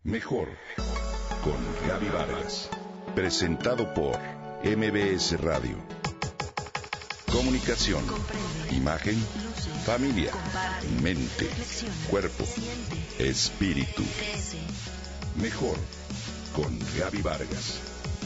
Mejor con Gaby Vargas. Presentado por MBS Radio. Comunicación, imagen, familia, mente, cuerpo, espíritu. Mejor con Gaby Vargas.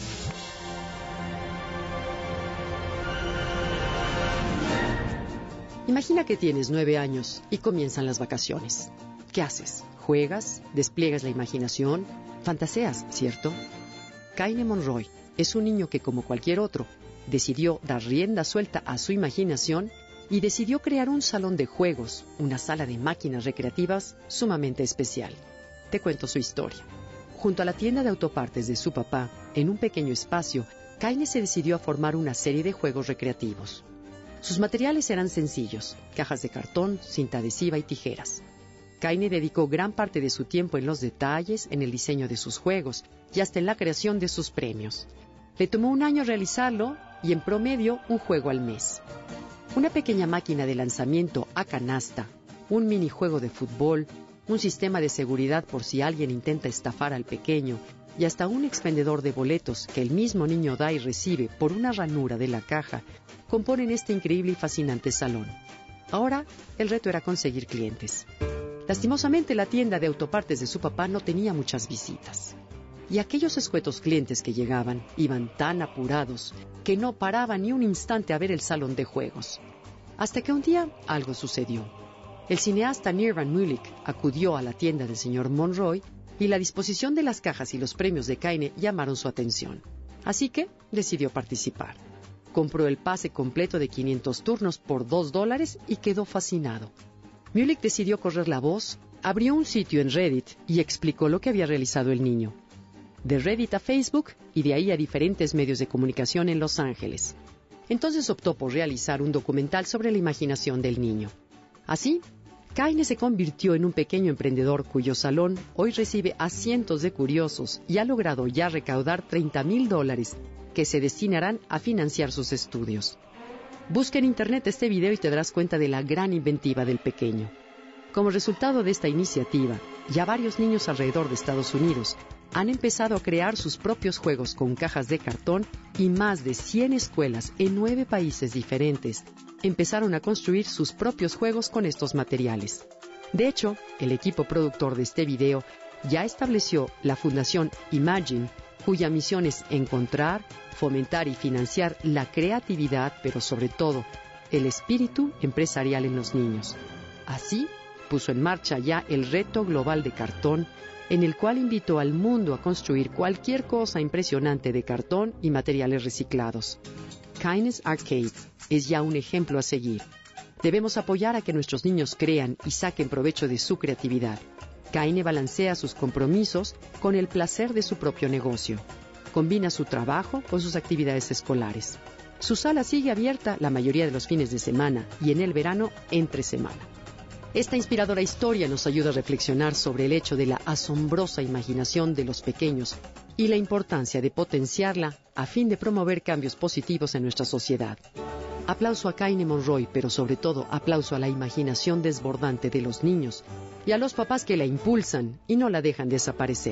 Imagina que tienes 9 años y comienzan las vacaciones. ¿Qué haces? ¿Juegas? ¿Despliegas la imaginación? ¿Fantaseas, cierto? Kaine Monroy es un niño que, como cualquier otro, decidió dar rienda suelta a su imaginación y decidió crear un salón de juegos, una sala de máquinas recreativas sumamente especial. Te cuento su historia. Junto a la tienda de autopartes de su papá, en un pequeño espacio, Kaine se decidió a formar una serie de juegos recreativos. Sus materiales eran sencillos: cajas de cartón, cinta adhesiva y tijeras. Kaine dedicó gran parte de su tiempo en los detalles, en el diseño de sus juegos y hasta en la creación de sus premios. Le tomó 1 año realizarlo y en promedio un juego al mes. Una pequeña máquina de lanzamiento a canasta, un minijuego de fútbol, un sistema de seguridad por si alguien intenta estafar al pequeño y hasta un expendedor de boletos que el mismo niño da y recibe por una ranura de la caja componen este increíble y fascinante salón. Ahora, el reto era conseguir clientes. Lastimosamente, la tienda de autopartes de su papá no tenía muchas visitas. Y aquellos escuetos clientes que llegaban iban tan apurados que no paraban ni un instante a ver el salón de juegos. Hasta que un día algo sucedió. El cineasta Nirvan Mulik acudió a la tienda del señor Monroy y la disposición de las cajas y los premios de Kaine llamaron su atención. Así que decidió participar. Compró el pase completo de 500 turnos por $2 y quedó fascinado. Mulik decidió correr la voz, abrió un sitio en Reddit y explicó lo que había realizado el niño. De Reddit a Facebook y de ahí a diferentes medios de comunicación en Los Ángeles. Entonces optó por realizar un documental sobre la imaginación del niño. Así, Kaine se convirtió en un pequeño emprendedor cuyo salón hoy recibe a cientos de curiosos y ha logrado ya recaudar $30,000 que se destinarán a financiar sus estudios. Busca en internet este video y te darás cuenta de la gran inventiva del pequeño. Como resultado de esta iniciativa, ya varios niños alrededor de Estados Unidos han empezado a crear sus propios juegos con cajas de cartón y más de 100 escuelas en 9 países diferentes empezaron a construir sus propios juegos con estos materiales. De hecho, el equipo productor de este video ya estableció la Fundación Imagine, cuya misión es encontrar, fomentar y financiar la creatividad, pero sobre todo, el espíritu empresarial en los niños. Así, puso en marcha ya el reto global de cartón, en el cual invitó al mundo a construir cualquier cosa impresionante de cartón y materiales reciclados. Kaine's Arcade es ya un ejemplo a seguir. Debemos apoyar a que nuestros niños crean y saquen provecho de su creatividad. Kaine balancea sus compromisos con el placer de su propio negocio. Combina su trabajo con sus actividades escolares. Su sala sigue abierta la mayoría de los fines de semana y en el verano entre semana. Esta inspiradora historia nos ayuda a reflexionar sobre el hecho de la asombrosa imaginación de los pequeños y la importancia de potenciarla a fin de promover cambios positivos en nuestra sociedad. Aplauso a Kaine Monroy, pero sobre todo aplauso a la imaginación desbordante de los niños y a los papás que la impulsan y no la dejan desaparecer.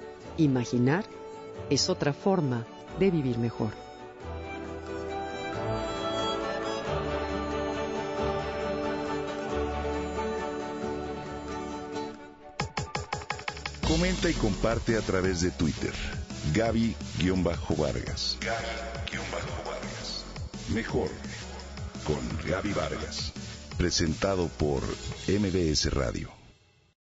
Imaginar es otra forma de vivir mejor. Comenta y comparte a través de Twitter. Gaby-Vargas. Gaby-Vargas. Mejor con Gaby Vargas. Presentado por MBS Radio.